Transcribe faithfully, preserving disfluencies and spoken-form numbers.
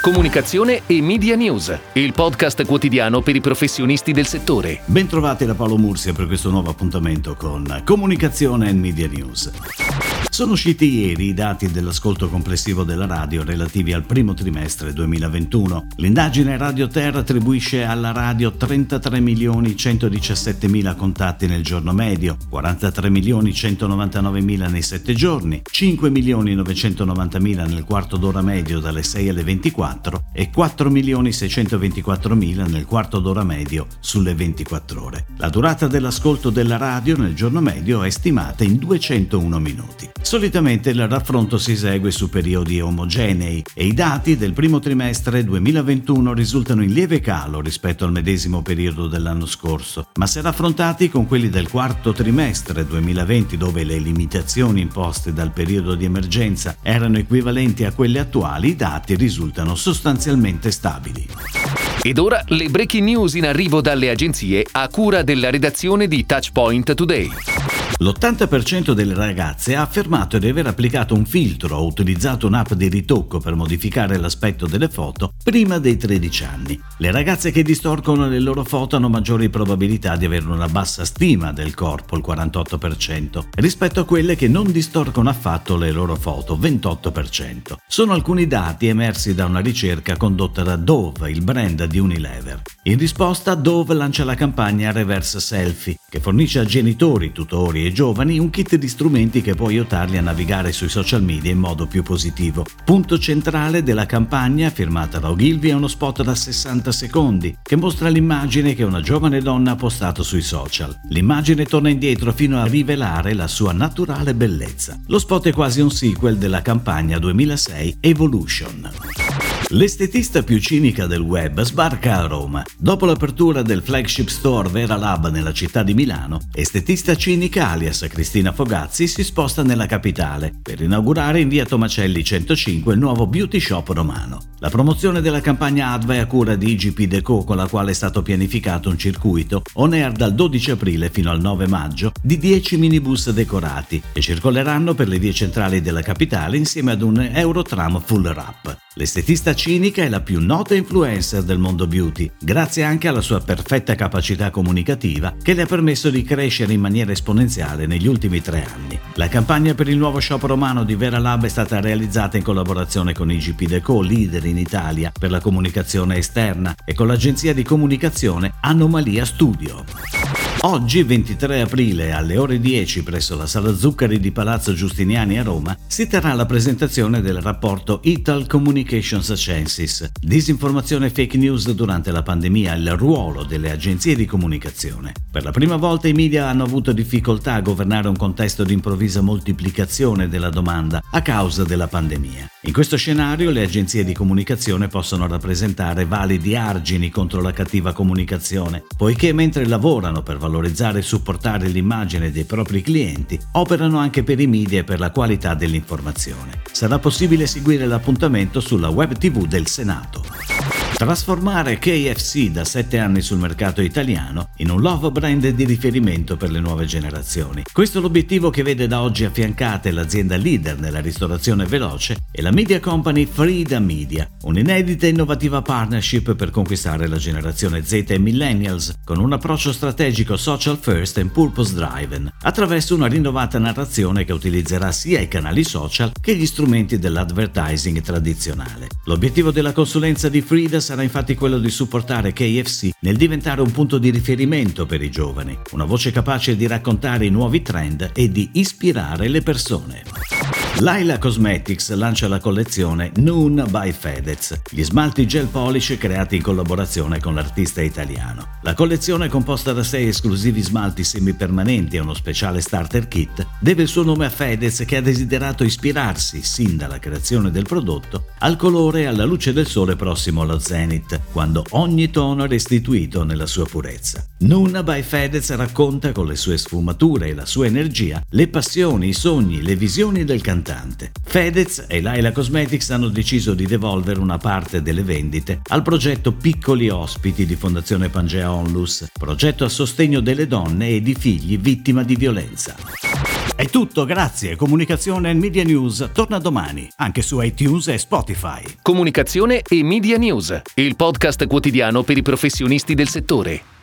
Comunicazione e Media News, il podcast quotidiano per i professionisti del settore. Bentrovati da Paolo Mursia per questo nuovo appuntamento con Comunicazione e Media News. Sono usciti ieri i dati dell'ascolto complessivo della radio relativi al primo trimestre duemilaventuno. L'indagine Radio Terra attribuisce alla radio trentatré milioni centodiciassettemila contatti nel giorno medio, quarantatré milioni centonovantanovemila nei sette giorni, cinque milioni novecentonovantamila nel quarto d'ora medio dalle sei alle ventiquattro e quattro milioni seicentoventiquattromila nel quarto d'ora medio sulle ventiquattro ore. La durata dell'ascolto della radio nel giorno medio è stimata in duecentouno minuti. Solitamente il raffronto si esegue su periodi omogenei e i dati del primo trimestre duemilaventuno risultano in lieve calo rispetto al medesimo periodo dell'anno scorso, ma se raffrontati con quelli del quarto trimestre duemilaventi, dove le limitazioni imposte dal periodo di emergenza erano equivalenti a quelle attuali, i dati risultano sostanzialmente stabili. Ed ora le breaking news in arrivo dalle agenzie a cura della redazione di Touchpoint Today. L'ottanta per cento delle ragazze ha affermato di aver applicato un filtro o utilizzato un'app di ritocco per modificare l'aspetto delle foto prima dei tredici anni. Le ragazze che distorcono le loro foto hanno maggiori probabilità di avere una bassa stima del corpo, il quarantotto per cento, rispetto a quelle che non distorcono affatto le loro foto, ventotto per cento. Sono alcuni dati emersi da una ricerca condotta da Dove, il brand di Unilever. In risposta, Dove lancia la campagna Reverse Selfie, che fornisce a genitori, tutori e giovani un kit di strumenti che può aiutarli a navigare sui social media in modo più positivo. Punto centrale della campagna, firmata da Ogilvy, è uno spot da sessanta secondi che mostra l'immagine che una giovane donna ha postato sui social. L'immagine torna indietro fino a rivelare la sua naturale bellezza. Lo spot è quasi un sequel della campagna duemilasei Evolution. L'estetista più cinica del web sbarca a Roma. Dopo l'apertura del flagship store Vera Lab nella città di Milano, estetista cinica alias Cristina Fogazzi si sposta nella capitale per inaugurare in via Tomacelli centocinque il nuovo beauty shop romano. La promozione della campagna Adva è a cura di I G P Déco, con la quale è stato pianificato un circuito on air dal dodici aprile fino al nove maggio di dieci minibus decorati che circoleranno per le vie centrali della capitale insieme ad un Eurotram full wrap. L'estetista cinica è la più nota influencer del mondo beauty, grazie anche alla sua perfetta capacità comunicativa che le ha permesso di crescere in maniera esponenziale negli ultimi tre anni. La campagna per il nuovo shop romano di Vera Lab è stata realizzata in collaborazione con I G P Déco, leader in Italia per la comunicazione esterna, e con l'agenzia di comunicazione Anomalia Studio. Oggi, ventitré aprile, alle ore dieci, presso la Sala Zuccari di Palazzo Giustiniani a Roma, si terrà la presentazione del rapporto Ital Communications Censis, disinformazione e fake news durante la pandemia e il ruolo delle agenzie di comunicazione. Per la prima volta i media hanno avuto difficoltà a governare un contesto di improvvisa moltiplicazione della domanda a causa della pandemia. In questo scenario le agenzie di comunicazione possono rappresentare validi argini contro la cattiva comunicazione, poiché mentre lavorano per valorizzare e supportare l'immagine dei propri clienti, operano anche per i media e per la qualità dell'informazione. Sarà possibile seguire l'appuntamento sulla web tivù del Senato. Trasformare K F C, da sette anni sul mercato italiano, in un love brand di riferimento per le nuove generazioni. Questo è l'obiettivo che vede da oggi affiancate l'azienda leader nella ristorazione veloce e la media company Frida Media, un'inedita e innovativa partnership per conquistare la generazione Z e millennials con un approccio strategico social first and purpose driven, attraverso una rinnovata narrazione che utilizzerà sia i canali social che gli strumenti dell'advertising tradizionale. L'obiettivo della consulenza di Frida sarà infatti quello di supportare K F C nel diventare un punto di riferimento per i giovani, una voce capace di raccontare i nuovi trend e di ispirare le persone. Laila Cosmetics lancia la collezione Noon by Fedez, gli smalti gel polish creati in collaborazione con l'artista italiano. La collezione, composta da sei esclusivi smalti semipermanenti e uno speciale starter kit, deve il suo nome a Fedez, che ha desiderato ispirarsi, sin dalla creazione del prodotto, al colore e alla luce del sole prossimo allo zenith, quando ogni tono è restituito nella sua purezza. Noon by Fedez racconta con le sue sfumature e la sua energia le passioni, i sogni, le visioni del cantante. Fedez e Laila Cosmetics hanno deciso di devolvere una parte delle vendite al progetto Piccoli Ospiti di Fondazione Pangea Onlus, progetto a sostegno delle donne e di figli vittima di violenza. È tutto, grazie. Comunicazione e Media News torna domani, anche su iTunes e Spotify. Comunicazione e Media News, il podcast quotidiano per i professionisti del settore.